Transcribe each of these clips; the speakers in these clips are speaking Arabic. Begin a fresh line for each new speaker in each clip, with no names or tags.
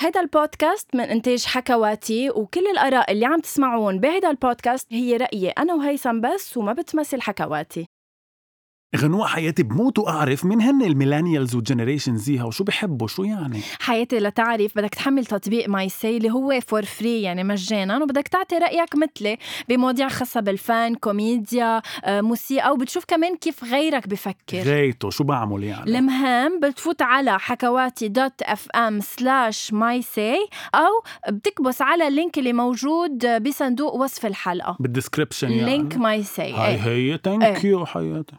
هيدا البودكاست من إنتاج حكواتي، وكل الآراء اللي عم تسمعون بهيدا البودكاست هي رأيي أنا وهيثم بس، وما بتمثل حكواتي.
غنوة حياتي بموت وأعرف مين هن الميلانيالز والجنريشن زيها وشو بيحبوا شو يعني.
حياتي لتعرف بدك تحمل تطبيق ماي سي اللي هو فور فري يعني مجانا، وبدك تعطي رأيك مثلي بمواضيع خاصة بالفن، كوميديا، موسيقى، وبتشوف كمان كيف غيرك بفكر.
غايته شو بعمل يعني؟
المهم بتفوت على حكواتي.fm/mysay أو بتكبس على اللينك اللي موجود بصندوق وصف الحلقة
بالديسكريبشن يعني.
لينك ماي سي.
هي ثانك يو حياتي.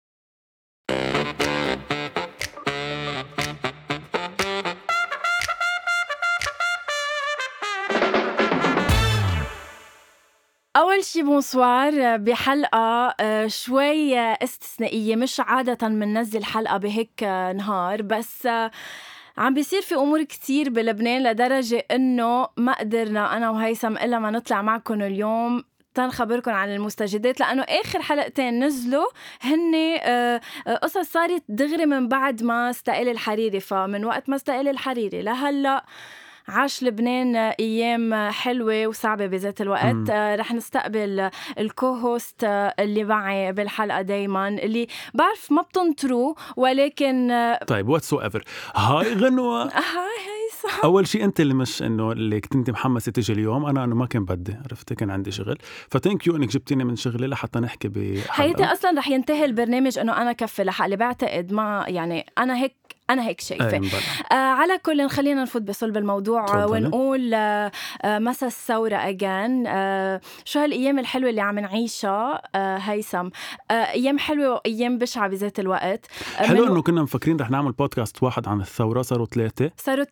أول شي بونسوار بحلقة شوي استثنائية، مش عادة مننزل حلقة بهيك نهار، بس عم بيصير في أمور كتير بلبنان لدرجة إنه ما قدرنا أنا وهيثم إلا ما نطلع معكم اليوم تنخبركن عن المستجدات، لأنه آخر حلقتين نزلوا هن قصص صارت دغري من بعد ما استقال الحريري. فمن وقت ما استقال الحريري لهلأ عاش لبنان أيام حلوة وصعبة بذات الوقت. رح نستقبل الكوهوست اللي معي بالحلقة دايما، اللي بعرف ما بتنطروا ولكن
طيب واتسو ايفر. هاي غنوة.
هاي هيثم.
أول شيء أنت اللي مش إنه اللي كنت محمسة تيجي اليوم، أنا ما كان بدي، عرفت كان عندي شغل، فتانك يو إنك جبتيني من شغلي لحتى نحكي بحلقة.
حياتي أصلا رح ينتهي البرنامج إنه أنا كفي لحالي، بعتقد ما يعني أنا هيك شايفة. على كل خلينا نفوت بصلب الموضوع ونقول مسا الثورة أجان. شو هالأيام الحلوة اللي عم نعيشها هيثم؟ أيام حلوة وأيام بشعة بذات الوقت.
حلو إنه كنا مفكرين رح نعمل بودكاست واحد عن الثورة، صاروا ثلاثة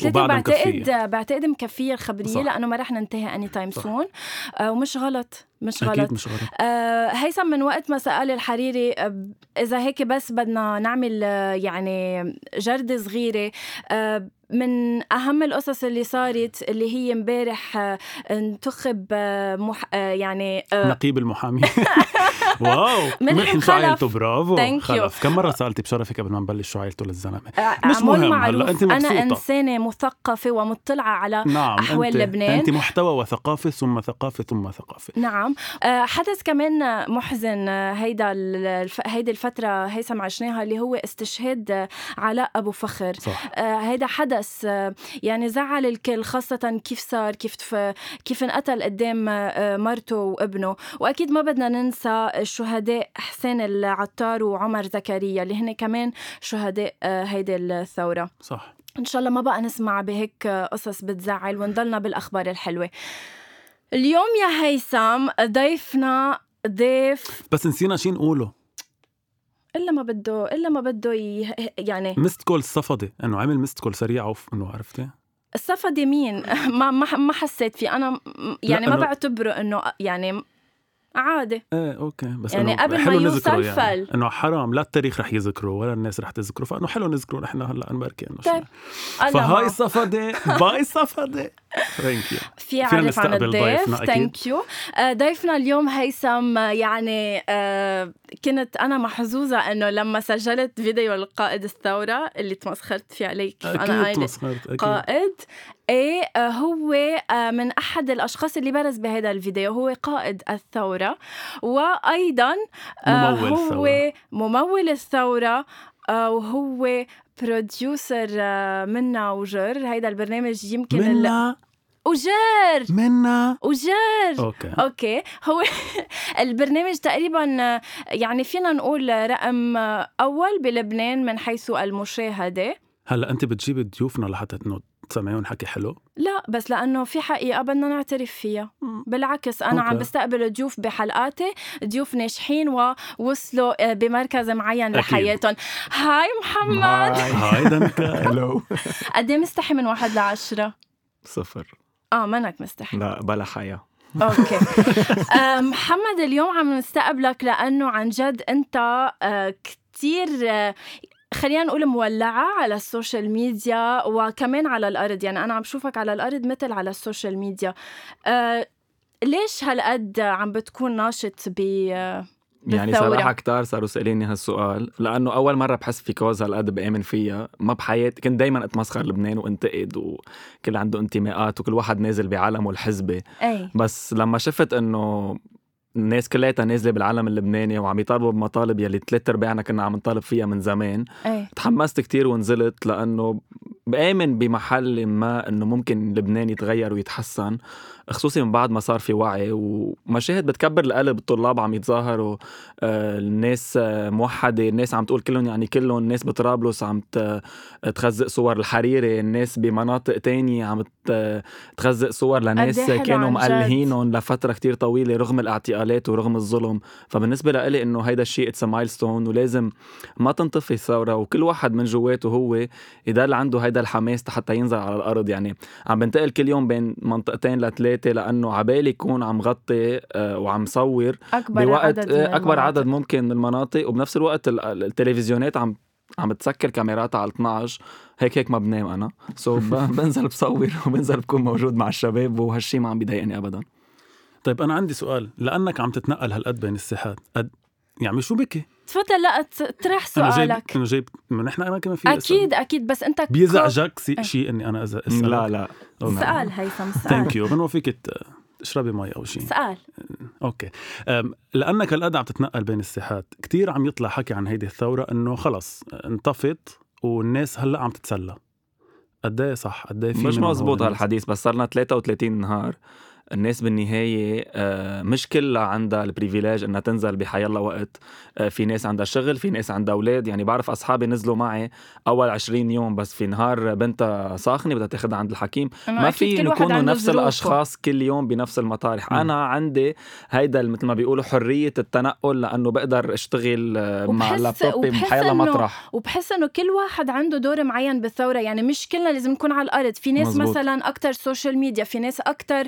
بعتقد مكفية الخبرية، لأنه ما رح ننتهي أني تايم سون. ومش غلط
أكيد مش غلط.
هيثم من وقت ما سأل الحريري إذا هيك بس بدنا نعمل يعني جردة صغيرة، من أهم القصص اللي صارت اللي هي مبارح انتخب يعني
نقيب المحامي. واو
من
عائلته برافو.
خلف.
كم مرة سألتي بشرفك قبل ما نبلش شو عائلته للزلمة؟
مش مهم هلا أنت مبسوطة. أنا إنسانة مثقفة ومطلعة على أحوال لبنان.
أنت محتوى وثقافة ثم ثقافة ثم ثقافة.
نعم. حدث كمان محزن هيدا الفترة هيثم عشناها، اللي هو استشهاد علاء أبو فخر. هيدا حدث يعني زعل الكل، خاصة كيف صار، كيف انقتل قدام مرته وابنه. وأكيد ما بدنا ننسى الشهداء حسين العطار وعمر زكريا اللي هن كمان شهداء هيدا الثورة.
صح.
إن شاء الله ما بقى نسمع بهيك قصص بتزعل ونضلنا بالأخبار الحلوة. اليوم يا هيثم ضيفنا ضيف،
بس نسينا شي نقوله.
إلا ما بده يعني
مست كول الصفدي، إنه عمل مست كول سريع إنه عرفتي
الصفدي مين؟ ما حسيت فيه أنا يعني ما بعتبره إنه يعني عادي.
اوكي، بس
يعني قبل ما يوصل
يعني انه حرام، لا التاريخ رح يذكره ولا الناس رح تذكره، فانه حلو نذكره نحن هلا نبارك انه
طيب.
فهاي صفدي باي صفدي. ثانك يو.
في عرف عن الضيف. ثانك يو. ضيفنا اليوم هيثم، يعني كنت انا محظوظه انه لما سجلت فيديو القائد الثوره اللي تمسخرت فيه عليك، انا قائد هو من أحد الأشخاص اللي برز بهذا الفيديو، هو قائد الثورة وأيضا هو ممول الثورة، وهو بروديوسر منا وجر. هيدا البرنامج يمكن وجر. أوكي. هو البرنامج تقريبا يعني فينا نقول رقم أول بلبنان من حيث المشاهدة.
هلأ أنت بتجيب ضيوفنا لحتى إنه تسمعون حكي حلو؟
لا، بس لأنه في حقيقة بدنا نعترف فيها. بالعكس أنا عم بستقبل ضيوف بحلقاتي، ضيوف ناجحين ووصلوا بمركز معين لحياتهم. هاي محمد.
هاي دنكا. هلو.
قدي مستحي من 1 ل10؟
0.
منك مستحي؟
لا بلا حياة.
أوكي. محمد اليوم عم نستقبلك لأنه عن جد أنت كتير خلينا نقول مولعة على السوشيال ميديا وكمان على الأرض. يعني أنا عم شوفك على الأرض مثل على السوشيال ميديا. ليش هالقد عم بتكون ناشط
يعني
بالثورة.
صراحة كتار صاروا سأليني هالسؤال، لأنه أول مرة بحس في كوز هالقد بآمن فيها. ما بحياتي كنت دايما أتمسخر لبنان وانتقد وكل عنده انتماءات وكل واحد نازل بعالمه الحزبة.
أي.
بس لما شفت إنه الناس كلها نازلة بالعالم اللبناني وعم يطالبوا بمطالب يلي 3/4 كنا عم نطالب فيها من زمان،
أي.
تحمست كتير ونزلت، لأنه بآمن بمحل ما إنه ممكن لبنان يتغير ويتحسن، خصوصي من بعد ما صار في وعي ومشاهد بتكبر القلب. الطلاب عم يتظاهروا، الناس موحدة، الناس عم تقول كلهم يعني كلهم، الناس بطرابلس عم تخزق صور الحريري، الناس بمناطق تانية عم تخزق صور لناس
قد إيه حلو
كانوا
عن جد.
مقلهينهم لفترة كتير طويلة رغم الاعتقالات ورغم الظلم. فبالنسبة لإلي إنه هيدا الشيء اتس مايلستون، ولازم ما تنطفي الثورة، وكل واحد من جواته هو يضل عنده هيدا الحماس حتى ينزل على الأرض. يعني عم بنتقل كل يوم بين منطقتين لثلاثة لأنه عبالي يكون عم غطي وعم صور بوقت أكبر عدد ممكن من المناطق، وبنفس الوقت التلفزيونات عم تسكر كاميرات على 12. هيك ما بنام أنا بنزل بصور وبنزل بكون موجود مع الشباب، وهالشي ما عم بيضايقني أبدا.
طيب أنا عندي سؤال، لأنك عم تتنقل هالقد بين الساحات، يعني شو بكي؟
تفضل. لا تطرح سؤالك.
إنه جايب من إحنا أنا كمان في
أكيد بس أنت
بيزعجك شيء إني أنا أسألك؟
لا
سأل هيثم، سأل.
ثانك يو. غنوة فيك تشربي مي أو شيء؟
سأل.
أوكي. لأنك هالقد عم تتنقل بين الساحات، كتير عم يطلع حكي عن هيدي الثورة إنه خلص انطفت والناس هلأ عم تتسلى. قديه صح؟ قديه في
مش مزبوط هالحديث، بس صارنا 33 نهار. الناس بالنهاية مش كلها عندها البريفيلاج انها تنزل بحيالله وقت. في ناس عندها شغل، في ناس عندها أولاد. يعني بعرف أصحابي نزلوا معي أول 20 يوم، بس في نهار بنتها ساخنة بدها تاخدها عند الحكيم. ما في نكونوا نفس الأشخاص كل يوم بنفس المطارح. أنا عندي هيدا مثل ما بيقولوا حرية التنقل، لأنه بقدر أشتغل مع اللابتوب بحيالله مطرح.
وبحس إنه كل واحد عنده دور معين بالثورة. يعني مش كلنا لازم نكون على الأرض. في ناس
مزبوط.
مثلا أكتر سوشيال ميديا، في ناس أكتر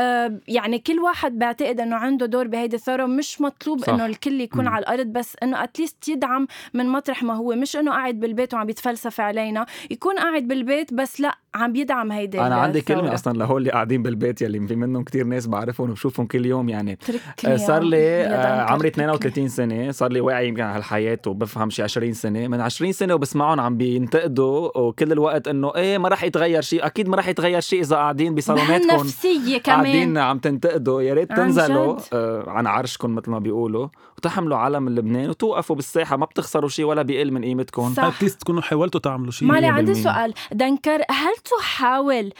يعني كل واحد بعتقد انه عنده دور بهيدي الثوره. مش مطلوب
صح.
انه الكل يكون على الارض، بس انه اتليست يدعم من مطرح ما هو، مش انه قاعد بالبيت وعم بيتفلسف علينا. يكون قاعد بالبيت بس لا عم بيدعم هيدي
انا عندي
الثورة.
كلمه اصلا لهول اللي قاعدين بالبيت يلي في منهم كتير ناس بعرفهم وبشوفهم كل يوم. يعني صار لي عمري 32 سنه، صار لي واعي يمكن على الحياه وبفهم شي 20 سنه. من 20 سنه وبسمعهم عم بينتقدوا وكل الوقت انه ايه ما راح يتغير شيء. اكيد ما راح يتغير شيء اذا قاعدين بصالوناتكم
نفسيه كمان
قاعدين عم تنتقدوا. يا ريت تنزلوا عن عرشكم مثل ما بيقولوا وتحملوا علم لبنان وتوقفوا بالساحه. ما بتخسروا شيء ولا بيقل من قيمتكم.
اتليست تكونوا حاولتوا تعملوا شيء.
مالي عندي سؤال دنكر، هل تحاول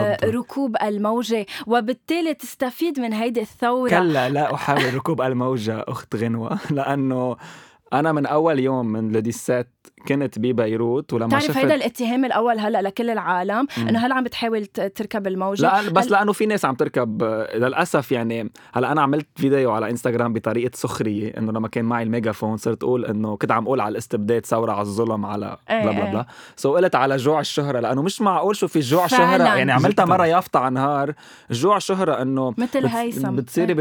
ركوب الموجة وبالتالي تستفيد من هيدي الثورة؟
كلا لا أحاول ركوب الموجة أخت غنوة، لأنه أنا من أول يوم من لديسات كنت ببيروت. ولما
تعرف هيدا الاتهام الأول هلأ لكل العالم إنه هل عم بتحاول تركب الموجة؟
لا بس لأنه في ناس عم تركب للأسف. يعني هلأ أنا عملت فيديو على إنستغرام بطريقة سخرية، إنه لما كان معي الميجافون صرت أقول إنه كنت عم أقول على الاستبداد، ثورة على الظلم، على بلا بلا بلا. قلت على جوع الشهرة، لأنه مش معقول شو في جوع شهرة. يعني عملتها مرة يافطة عن نهار جوع شهرة، إنه
مثل هيثم
بتصيري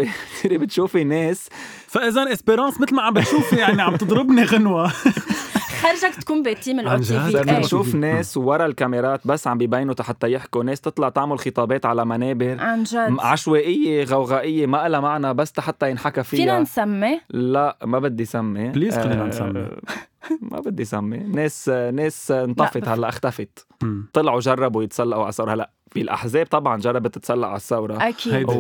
بتشوفي ناس.
فإذا إسبيرانس مثل ما عم بتشوفي يعني عم تضربني غنوة.
خرجك تكون بتيم الأوتيفي.
نشوف ناس ورا الكاميرات بس عم بيبينوا حتى يحكوا، ناس تطلع تعمل خطابات على منابر
عن جد
عشوائية غوغائية ما لها معنى بس حتى ينحكى فيها.
فينا نسمي؟
لا ما بدي سمي.
بليز خلينا نسمي.
ما بدي سمي. ناس انطفت هلا اختفت. طلعوا جربوا يتسلقوا على الثورة. هلا في الأحزاب طبعا جربت تتسلق على الثورة
أكيد.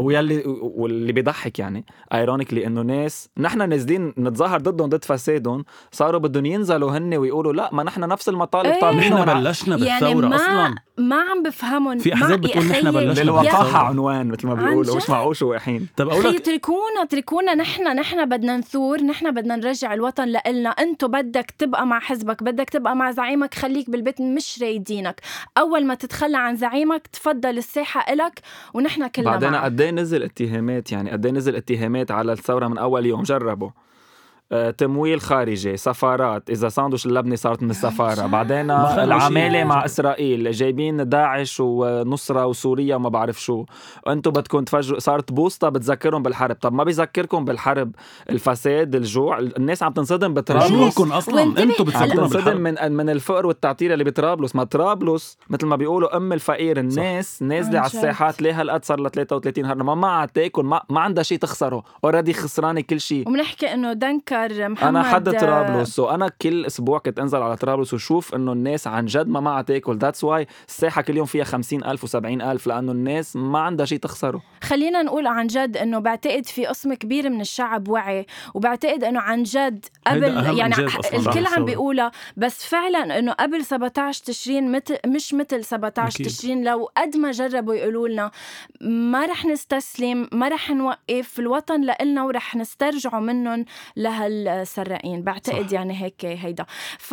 واللي بيضحك يعني ايرونيكلي انه ناس نحن نازلين نتظاهر ضدهم ضد فسادهم صاروا بدهم ينزلوا هن ويقولوا لا ما نحن نفس المطالب
طالبين. نحن بلشنا بالثورة
يعني
أصلا.
ما عم بفهمون.
في أحزاب بتقول نحن بلشنا
للوقاحة عنوان مثل ما بيقولوا. مش معقول شو واقحين.
طب أقولك
تركونا نحن بدنا نثور، نحن بدنا نرجع الوطن لإلنا. أنتو بدك تبقى مع حزبك، بدك تبقى مع زعيمك، خليك بالبيت مش رايدينك. أول ما تتخلى عن زعيمك تفضل الساحة إلك ونحن كلنا
بعدين
معك.
قديه نزل اتهامات. يعني قديه نزل اتهامات على الثورة من أول يوم. جربوا تمويل خارجي، سفارات، إذا ساندوش اللبنة صارت من السفارة، بعدين
خلوا
العمالة
شيء.
مع إسرائيل، جايبين داعش ونصرة وسوريا وما بعرف شو، أنتوا بدكم تفجروا، صارت بوسطة بتذكرهم بالحرب. طب ما بيذكركم بالحرب الفساد، الجوع، الناس عم تنصدم بطرابلس.
شوكن أصلا
وانتبه،
أنتوا
عم
بتفكرون
تنصدم
بالحرب.
من الفقر والتعطيل اللي بطرابلس. ما طرابلس مثل ما بيقولوا أم الفقير، الناس نازلة
عن
على
جد.
الساحات ليه هالقد صار ل 33 هرنة، ما عاد تاكل، ما عندها شيء تخسره، اوريدي خسرانة كل شيء.
وبنحكي انه دنكر محمد
انا حد طرابلس، وانا كل اسبوع كنت انزل على طرابلس وشوف انه الناس عن جد ما معها تاكل. ذاتس واي الساحه كل يوم فيها 50,000 و70,000، لانه الناس ما عندها شيء تخسره.
خلينا نقول عن جد انه بعتقد في قسم كبير من الشعب وعي، وبعتقد انه عن جد
هيدا
قبل
أهم
يعني
إنجاز أصلاً
الكل عم
بالثورة.
بيقولها، بس فعلا انه قبل 17 تشرين مش مثل 17
أكيد.
تشرين، لو قد ما جربوا يقولوا لنا ما رح نستسلم، ما رح نوقف، الوطن لإلنا ورح نسترجعوا منهم لهالسراقين. بعتقد
صح.
يعني هيك هيدا.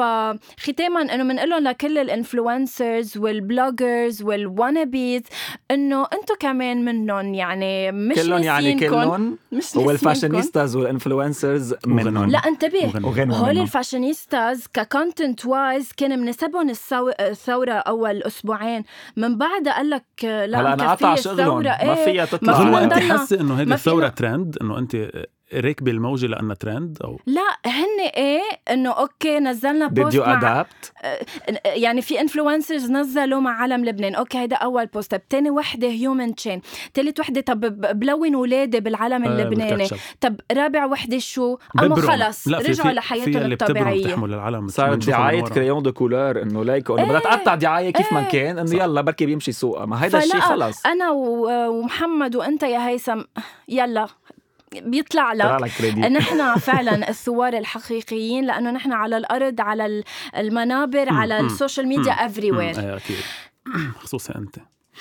فختاما انه بنقول لهم لكل الانفلونسرز والبلوجرز والوانابيز انه انتم كمان منهم، يعني مش
كلهم يعني
ناسيينكن،
كلهم،
مش
والفاشينيستاز والانفلونسرز منهم.
لا انتبه،
وغنوا
هول
منهم.
الفاشينيستاز ككونتنت وايز كان منسبهم الثورة أول أسبوعين، من بعد قال لك لا
هلا انا قطع
مكفية
شغلهم،
الثورة.
ما فيها
ما
تطلع.
فينا
هو أنت
نضلنا-
حاسة إنه هيدي
ما
الثورة
فينا-
ترند، إنه أنت راكبة الموجة لأنها ترند أو
لا هن انه اوكي نزلنا
Did
بوست
you
مع
adapt؟
يعني في انفلونسرز نزلوا مع علم لبنان، اوكي هيدا اول بوست. طب تاني وحده هيومن تشين، تالت وحده طب بلون ولادي بالعلم اللبناني،
بالكاتشب.
طب رابع وحده شو قاموا
ببرم.
خلص
لا، في
رجعوا
في
لحياتهم
اللي بتبرم
الطبيعيه.
بتحمل العلم
صارت
بنشوفها من
دعاية
ورا.
كريون دو كولور، انه لايك انه بدها تقطع دعاية كيف ما
إيه.
كان، انه
صح.
يلا بركي بيمشي سوقها. ما هيدا الشيء
فلا،
خلص
انا ومحمد وانت يا هيثم يلا بيطلع
طلع
لك
لك كريديت.
نحن فعلا الثوار الحقيقيين، لانه نحن على الارض، على المنابر، على السوشيال ميديا everywhere.
إيه أكيد. خصوصا أنت.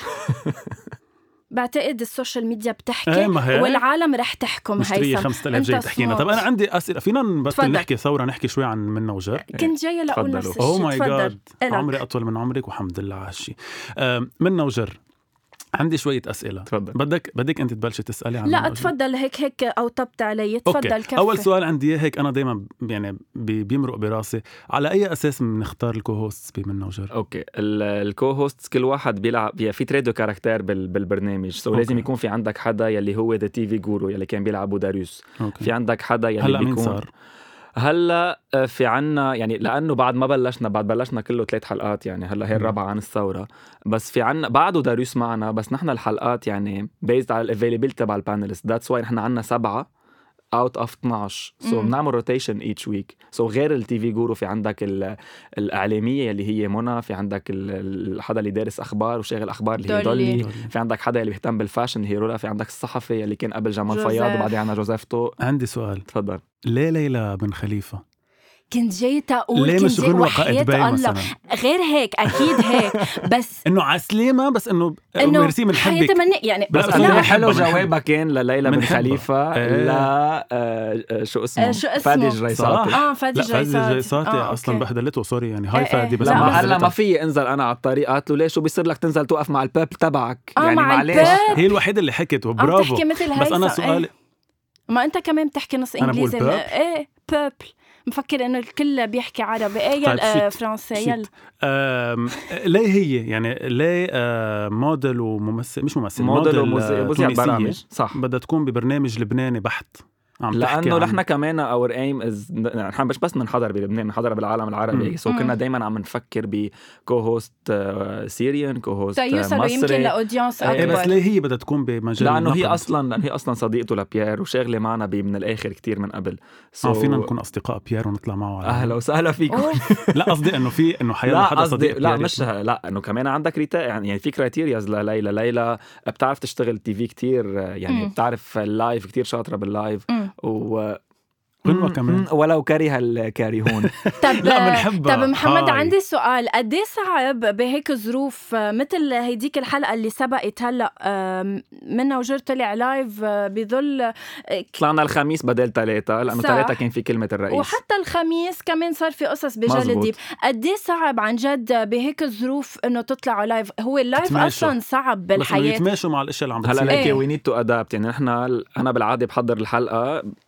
بعتقد السوشيال ميديا بتحكي
إيه، ما هي.
والعالم رح تحكم.
مشترية
هيثم
5,000 جاي
أنت
تحكينا.
صوت.
طب أنا عندي أسئلة، فينا نبطل
تفضل.
نحكي ثورة، نحكي شوي عن منا وجر.
كنت جاية لأقول نفس
تفضلوا.
الشيء.
أوه ماي
تفضل.
جاد،
إلك.
عمري أطول من عمرك والحمد لله على هالشي. منا وجر، عندي شوية أسئلة.
تفضل.
بدك أنت تبلشي تسألي عن
لا
منا وجر؟
تفضل، هيك أو طبت علي. تفضل
أوكي.
كفي.
أول سؤال عندي إياه هيك، أنا دايما يعني بيمرق براسي، على أي أساس بنختار الكوهوست بمنا وجر؟
اوكي، الكو هوست كل واحد بيلعب في تريدو كاركتر بالبرنامج،
أوكي.
لازم يكون في عندك حدا يلي هو ذا تي في جورو يلي كان بيلعبه داريوس.
أوكي.
في عندك حدا يلي
هلا مين
بيكون
صار؟
هلا في عنا يعني، لانه بعد بلشنا كله 3 حلقات، يعني هلا هي الرابعه عن الثوره، بس في عنا بعده داريوس معنا، بس نحن الحلقات يعني بيزد على الافيلابيلتي تبع البانلست. ذاتس واي نحن عنا 7 out of 12، سو بنعمل روتيشن each week. سو غير التي في جورو في عندك الإعلامية اللي هي منى، في عندك حدا اللي دارس أخبار وشاغل أخبار اللي هي
دولي.
دولي، في عندك حدا اللي بيهتم بالفاشن هي رولا، في عندك الصحفي اللي كان قبل جمال
جوزيف.
فياض، وبعدين عنا جوزيف طوق.
عندي سؤال،
تفضل.
ليه ليلى بن خليفة؟
كنت جاي تقول،
ليه
كنت
مش
جاي
غنوة
وحياة
قائد باي
الله
مثلا؟
غير هيك أكيد هيك، بس
إنه عسليمة، بس إنه
إنه
ميرسي
حياة
بنحبك.
مني يعني.
لا،
بس
بس
أنا
أنا
حلو
بنحبها.
جوابك كان لليلى بن
بنحبها.
خليفة.
إيه.
لا شو اسمه؟
شو اسمه؟
فادي الجريساتي.
صح.
فادي
لا، فادي جيساتي
أوكي.
أصلا بهدلته، سوري يعني. هاي
إيه،
فادي، بس
لا،
لما
بس-
قال لها ما
بهدلتها.
في انزل انا على الطريق، قالت له ليش شو بيصير لك تنزل توقف مع الباب تبعك؟ يعني
مع
معلش.
الباب.
هي الوحيدة اللي حكت،
عم
وبرافو.
تحكي مثل
بس أنا
هيثم.
سؤالي،
ما أنت كمان بتحكي نص
أنا بقول
إنجليزي.
purple.
إيه بيربل، مفكر إنه الكل بيحكي عربي. إيه
طيب،
يلا
شيت.
فرنسي
شيت.
يلا.
ليه هي يعني ليه موديل وممثل، مش ممثل،
موديل
موديل
ومذيع
تونسية
برامج، صح.
بدها تكون ببرنامج لبناني بحت، عم تحكي
لانه
عن-
نحن كمان اور ايم از، نحن مش بس بنحضر بلبنان، بنحضر بالعالم العربي. سو كنا دايما عم نفكر بكو هوست سيريان، كو هوست
تيوصلوا يمكن
مصري.
لأودينس
إيه، بس
أكبر.
ليه هي بدها تكون بمجال
لانه هي
النقد؟
اصلا صديقته لبيير وشاغله معنا من الاخر كتير من قبل.
فينا نكون اصدقاء بيير ونطلع معه على-
اهلا وسهلا فيكم.
أوف.
لا قصدي انه حيلا
لا
حدا
قصدي
صديق
لا
بيير
مش لا، انه كمان عندك يعني في كرايتيرياز لليلى بتعرف تشتغل تي في كتير، يعني بتعرف اللايف كتير شاطره باللايف و
غنوة كمان.
ولو كره الكارهون.
طب
لا، بنحبها.
طب محمد
هاي.
عندي سؤال، قد ايه صعب بهيك ظروف مثل هيديك الحلقه اللي سبقت هلا منا وجر طلع لايف بظل
طلعنا الخميس بدل 3 لانه
صح.
3 كان في كلمه الرئيس،
وحتى الخميس كمان صار في قصص بجلدي.
مزبوط.
قد ايه صعب عن جد بهيك ظروف انه تطلعوا لايف؟ هو اللايف
تتماشوا.
اصلا صعب
بس إنه
بالحياه.
يتماشوا مع الاشياء اللي عم
هلا
بتصير.
إيه.
ليك وي نيد تو ادابت. يعني انا بالعاده بحضر الحلقه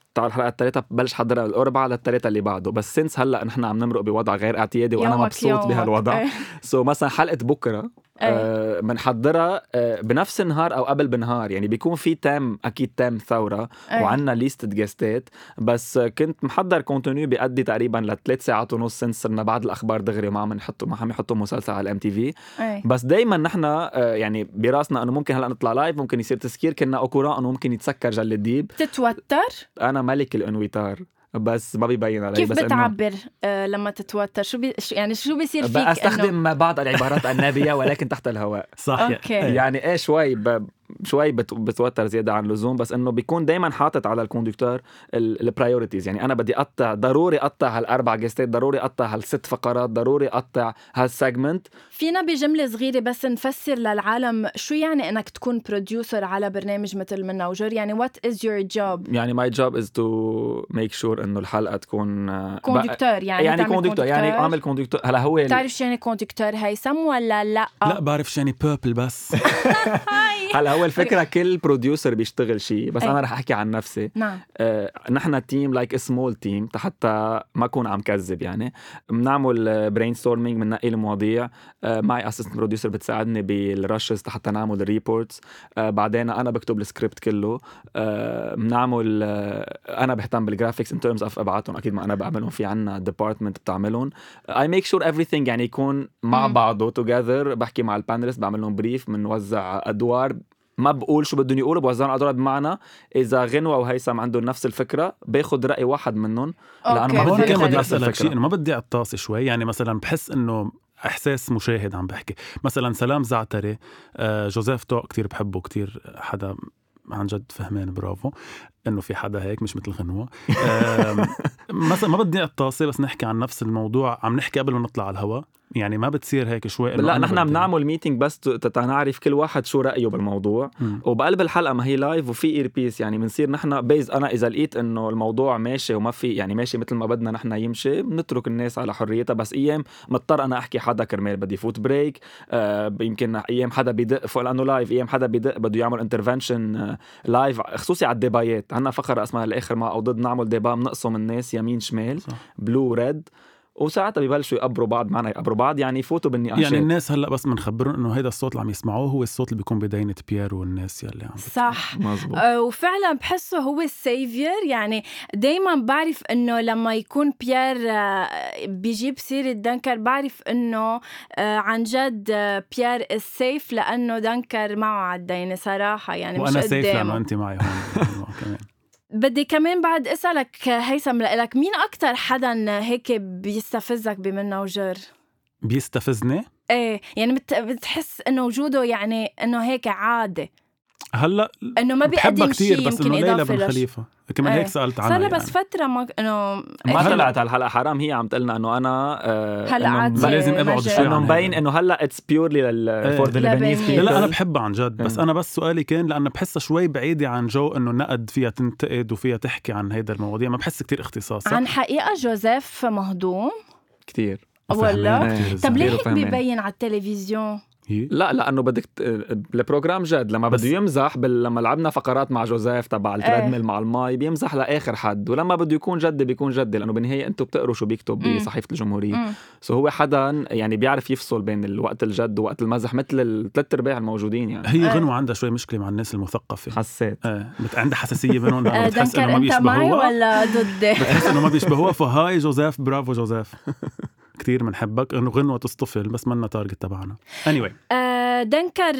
تعال الحلقة الثالثة ببلش حضرها الأربعة للثلاثة اللي بعده. بس سنس هلأ نحن عم نمرق بوضع غير اعتيادي وأنا
يومك
مبسوط
يومك.
بهالوضع. سو مثلا حلقة بكرة منحضرها بنفس النهار أو قبل بنهار، يعني بيكون في تام أكيد تام ثورة وعنا ليست جاستات. بس كنت محضر كونتونيو بيأدي تقريبا ل3 ساعات ونص سنس صرنا بعد الأخبار دغري وما عم يحطوا مسلسل على MTV. بس دايما نحن يعني براسنا أنه ممكن هلأ نطلع لايف، ممكن يصير تسكير، كنا أوكورا أنه ممكن يتسكر جل الديب.
تتوتر؟
أنا ملك الانويتار بس ما بيبين علي.
كيف
بس
بتعبر لما تتوتر؟ يعني شو بيصير فيك؟
أستخدم بعض العبارات النابية ولكن تحت الهواء.
صح.
أوكي.
يعني شوي بتوتر زيادة عن اللزوم، بس انه بيكون دايما حاطط على الكوندكتور البرايورتيز. يعني انا بدي اقطع، ضروري اقطع هال4 جيستات، ضروري اقطع هال6 فقرات، ضروري اقطع هالسيجمنت.
فينا بجملة صغيرة بس نفسر للعالم شو يعني انك تكون بروديوسر على برنامج مثل منا وجر؟ يعني what is your job؟
يعني my job is to make sure انه الحلقة تكون
كوندكتور. يعني
كوندكتور، يعني اعمل كوندكتور. هلا هو
بتعرف شو يعني كوندكتور هيثم ولا لا؟
لا بعرف شو يعني بيربل بس.
هلا هو الفكرة كل بروديوسر بيشتغل شيء، بس أنا رح أحكي عن نفسي.
نعم.
نحن تيم لايك سمول تيم، حتى ما أكون عم كذب. يعني بنعمل برين ستورمينج، بننقي المواضيع. معي أسيستنت بروديوسر بتساعدني بالرشز حتى نعمل الريبورتس. بعدين أنا بكتب السكريبت كله. بنعمل أنا بهتم بالجرافيكس in terms of أبعاتهم، أكيد ما أنا بعملهم، في عنا ديبارتمنت بتعملهم. I make sure everything يعني يكون مع بعضه together. بحكي مع البانلست، بعمل لهم بريف، بنوزع أدوار، ما بقول شو بدهم يقولوا، بوزعهم أدوار. بمعنى إذا غنوة وهيثم عندهم نفس الفكرة باخد رأي واحد منهم، لأنه ما بدي أخذ نفس الفكرة.
شيء إنه ما بدي أعطاس شوي. يعني مثلا بحس إنه إحساس مشاهد عم بحكي. مثلا سلام زعتري، جوزيف توق كتير بحبه، كتير حدا عن جد فهمان، برافو إنه في حدا هيك مش مثل غنوة. مثلا ما بدي أعطاسي، بس نحكي عن نفس الموضوع، عم نحكي قبل ما نطلع على الهواء. يعني ما بتصير هيك شوي.
لا نحن بنعمل ميتينج بس تنعرف كل واحد شو رأيه بالموضوع. وبقلب الحلقة ما هي لايف وفي إيربيس، يعني بنصير نحن بيز. أنا إذا لقيت إنه الموضوع ماشي وما في يعني ماشي مثل ما بدنا نحن يمشي، بنترك الناس على حريتها. بس أيام مضطر أنا أحكي حدا كرمال بدي فوت بريك. يمكن أيام حدا بيدق فوق لأنه لايف، أيام حدا بيدق بده يعمل انترفنشن لايف، خصوصي على الديبايات. عنا فقرة اسمها الآخر مع أو ضد، نعمل ديبا بنقسم الناس يمين شمال، بلو ريد، وساعتها بيبلشوا يقبروا بعض. معنا يقبروا بعض يعني يفوتوا بالنقاشات.
يعني الناس هلا بس منخبرون انه هيدا الصوت اللي عم يسمعوه هو الصوت اللي بيكون بدينة بيير والناس يلي عم
صح.
مزبوط.
وفعلا بحسه هو السيفير. يعني دايما بعرف انه لما يكون بيير بيجيب سيرة دنكر، بعرف انه عن جد بيير السيف، لانه دنكر معه عالدينة صراحة. يعني مش
وانا سيف
قدامه.
لانه انت معي هون كمان.
بدي كمان بعد أسألك هيثم، لك مين أكتر حدا هيك بيستفزك بمنا وجر؟
بيستفزني؟
ايه يعني بتحس انه وجوده يعني انه هيك عادي.
هلا
انه ما بيقدم شيء،
بس انه ليلى بن خليفة كمان هيك سألت عنها.
صار بس فترة انه
ما طلعت على الحلقة. حرام هي عم تقلنا انه انا
هلا
لازم ابعد شوي،
انه مبين انه هلا اتس بيورلي فور ذا لبنانيز.
لا انا بحبها عن جد، بس انا بس سؤالي كان لانه بحسها شوي بعيدة عن جو انه نقد فيها تنتقد وفيها تحكي عن هيدا المواضيع. ما بحس كتير اختصاصها.
عن حقيقة جوزيف مهضوم
كتير
ولا؟ طب ليه هيك بيبين على التلفزيون؟
لا لانه بدك البروجرام جد. لما بده يمزح لما لعبنا فقرات مع جوزيف تبع التريدميل مع الماي، بيمزح لاخر حد. ولما بده يكون جد بيكون جد، لانه بالنهايه انتم بتقروا شو بيكتب بصحيفه الجمهوريه. سو هو حدا يعني بيعرف يفصل بين الوقت الجد ووقت المزح، مثل 3/4 الموجودين. يعني
هي غنوة عندها شوي مشكله مع الناس المثقفه.
حسيت
عندها حساسيه منهم.
بتحس انه ما بيشبهوها ولا ضدي؟
بتحس انه ما بيشبهوها. فهاي جوزيف، برافو جوزيف، كتير منحبك. انه غنوة تصطفل بس منا تارجت تبعنا. anyway
دنكر،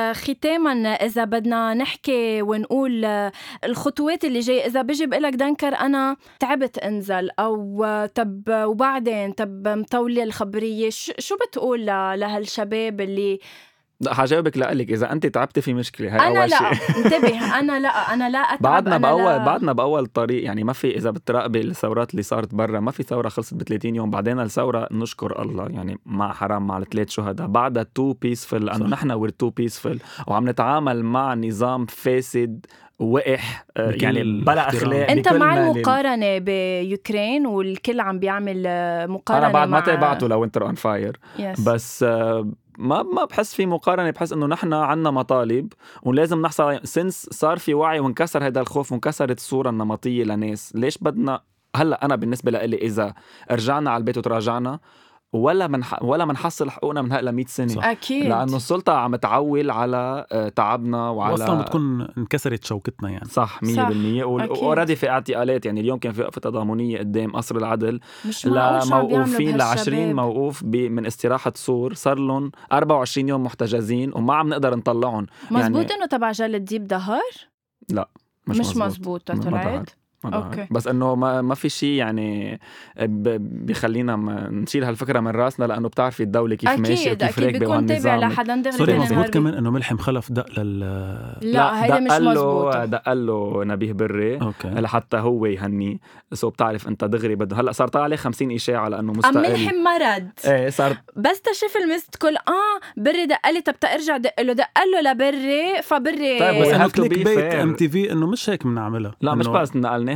ختاما إذا بدنا نحكي ونقول الخطوات اللي جاي، إذا بيجي بقولك دنكر أنا تعبت انزل، أو طب وبعدين طب مطولي الخبرية، شو بتقول لهالشباب اللي
لا حجاوبك لقلك إذا أنت تعبتي في مشكلة. هاي
أنا
أول
لا
شيء.
انتبه، أنا لا أتعب.
بعدنا بأول الطريق. يعني ما في، إذا بتراقبي الثورات اللي صارت برا، ما في ثورة خلصت ب30 يوم. بعدين الثورة نشكر الله يعني مع حرام مع 3 شهداء بعدها 2 peaceful، لأنه نحن we're 2 peaceful وعم نتعامل مع نظام فاسد وقح يعني بلا أخلاق.
أنت مع المقارنة بيوكرين والكل عم بيعمل مقارنة؟
أنا بعد ما
مع...
تابعته لو Winter on Fire.
yes.
بس ما بحس في مقارنة. بحس إنه نحن عنا مطالب ولازم نحصل سنس صار في وعي وانكسر هذا الخوف وانكسرت الصورة النمطية لناس. ليش بدنا هلأ أنا بالنسبة لي إذا رجعنا على البيت وتراجعنا ولا منحصل حقوقنا من هلأ 100 سنة
صح.
أكيد
لأنه السلطة عم تعول على تعبنا وعلى
واصلا بتكون انكسرت شوكتنا يعني.
صح 100%. وأوريدي في اعتقالات يعني اليوم كان في وقفة تضامنية قدام قصر العدل موقوفين 20 موقوف من استراحة سور صار لهم 24 يوم محتجزين وما عم نقدر نطلعهم.
مزبوط إنه تبع جلد ديب دهر؟
لا
مش مزبوط طلعت.
أوكي. بس انه ما في شيء يعني بيخلينا نشيل هالفكره من راسنا لانه بتعرفي الدوله كيف ماشيه وكيف راكبه وهالنظام.
سوري مزبوط كمان انه ملحم خلف دق
لا هيدا مش مزبوط.
دق له نبيه بري لحتى هو يهني. سو بتعرف انت دغري بده هلا صار طالع عليه 50 اشاعه لانه مستقل.
ملحم مرض
ايه صار
بس تشوف المست كل بري دق لي. طب ترجع دق له لبري فبري.
طيب بس انه كليك بيت MTV انه مش هيك بنعملها.
لا مش بس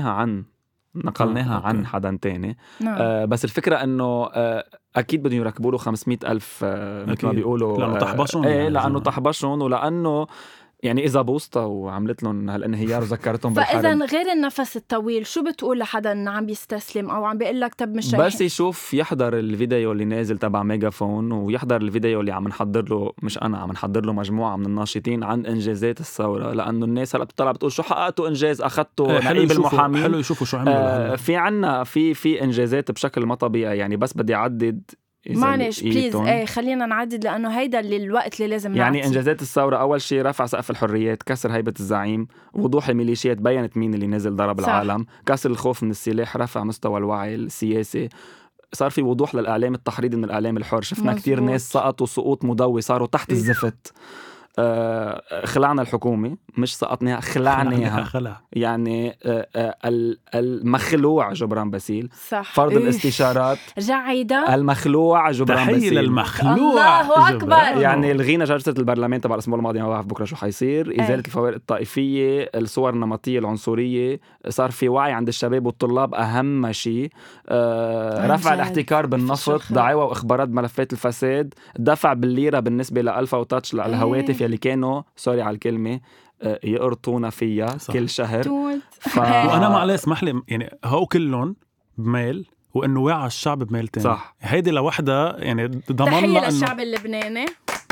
نقلناها عن حدا تاني. بس الفكرة انه اكيد بدهم يركبوا له 500,000 مثل ما بيقولوا
لانه طحبشون.
لانه طحبشون ولانه يعني إذا بوسطة وعملت لهم هالانهيار وذكرتهم بالحرب.
فإذا غير النفس الطويل شو بتقول لحدا عم بيستسلم أو عم بيقول لك طب مش
بس يشوف يحضر الفيديو اللي نازل تبع ميجافون ويحضر الفيديو اللي عم نحضر له مش أنا عم نحضر له مجموعة من الناشطين عن إنجازات الثورة. لأنه الناس هلأ بتطلع بتقول شو حققتوا إنجاز أخذتوا نقيب المحامين.
حلو يشوفوا شو عملوا.
في عنا في إنجازات بشكل ما طبيعي يعني. بس بدي أعدد
معلش بليز خلينا نعدد لأنه هيدا الوقت اللي لازم
يعني
نعطي.
إنجازات الثورة أول شيء رفع سقف الحريات، كسر هيبة الزعيم، وضوح الميليشيات بيّنت مين اللي نزل ضرب
صح.
العالم، كسر الخوف من السلاح، رفع مستوى الوعي السياسي، صار في وضوح للإعلام التحريضي من الإعلام الحر. شفنا كتير ناس سقطوا سقوط مضوي صاروا تحت الزفت. خلعنا الحكومة مش سقطناها خلعناها. يعني المخلوع جبران باسيل
صح.
فرض الاستشارات
جعيدة
المخلوع جبران باسيل.
تحية للمخلوع
الله أكبر.
يعني الغينا جلسة البرلمان تبع الأسبوع الماضي ما بعرف بكرة شو حيصير. إزالة الفوارق الطائفية، الصور النمطية العنصرية، صار في وعي عند الشباب والطلاب أهم شيء. رفع الاحتكار بالنفط، دعاوى وإخبارات ملفات الفساد، دفع بالليرة بالنسبة لألفا وتاتش للهواتف يلي كانوا سوري على الكلمة يقرطونا فيها صح. كل شهر.
وأنا معلش اسمح لي يعني هو كلهم بميل وإنه وعى الشعب بميل تاني صح. هيدي لوحدة يعني ضمننا
تحية للشعب اللبناني.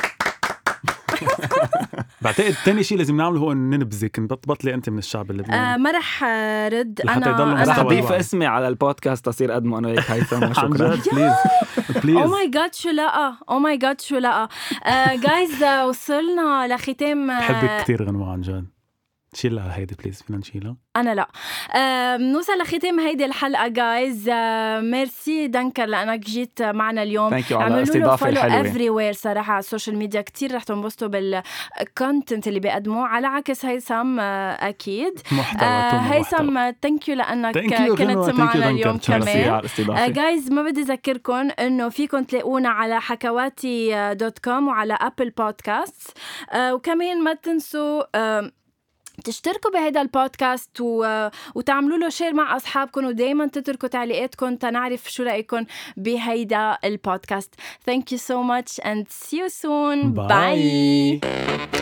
بعتقد تاني شيء لازم نعمله هو ننبذك نبطلي أنت من الشعب اللبناني.
ما رح رد.
أنا
رح أضيف اسمي على البودكاست تصير قدمه أنا وياك هيثم. شكرا
بليز.
أو ماي جاد شو لقى جايز وصلنا لختام.
بحبك كتير غنوة عن جد. شيلها هيدي بليز فينا نشيلها.
أنا لا. نوصل لختام هيدي الحلقة جايز. ميرسي دنكر لأنك جيت معنا اليوم.
عملوا له فولو
everywhere صراحة على السوشيال ميديا. كتير رح تنبسطوا بالكونتنت اللي بيقدموه على عكس هيثم. أكيد هيثم ثانك يو لأنك كنت معنا اليوم كمان. جايز ما بدي أذكركم إنه فيكم تلاقونا على حكواتي.com وعلى أبل بودكاست. وكمان ما تنسوا تشتركوا بهذا البودكاست وتعملوا له شير مع أصحابكم ودايما تتركوا تعليقاتكم تنعرف شو رأيكم بهيدا البودكاست. Thank you so much and see you soon. Bye.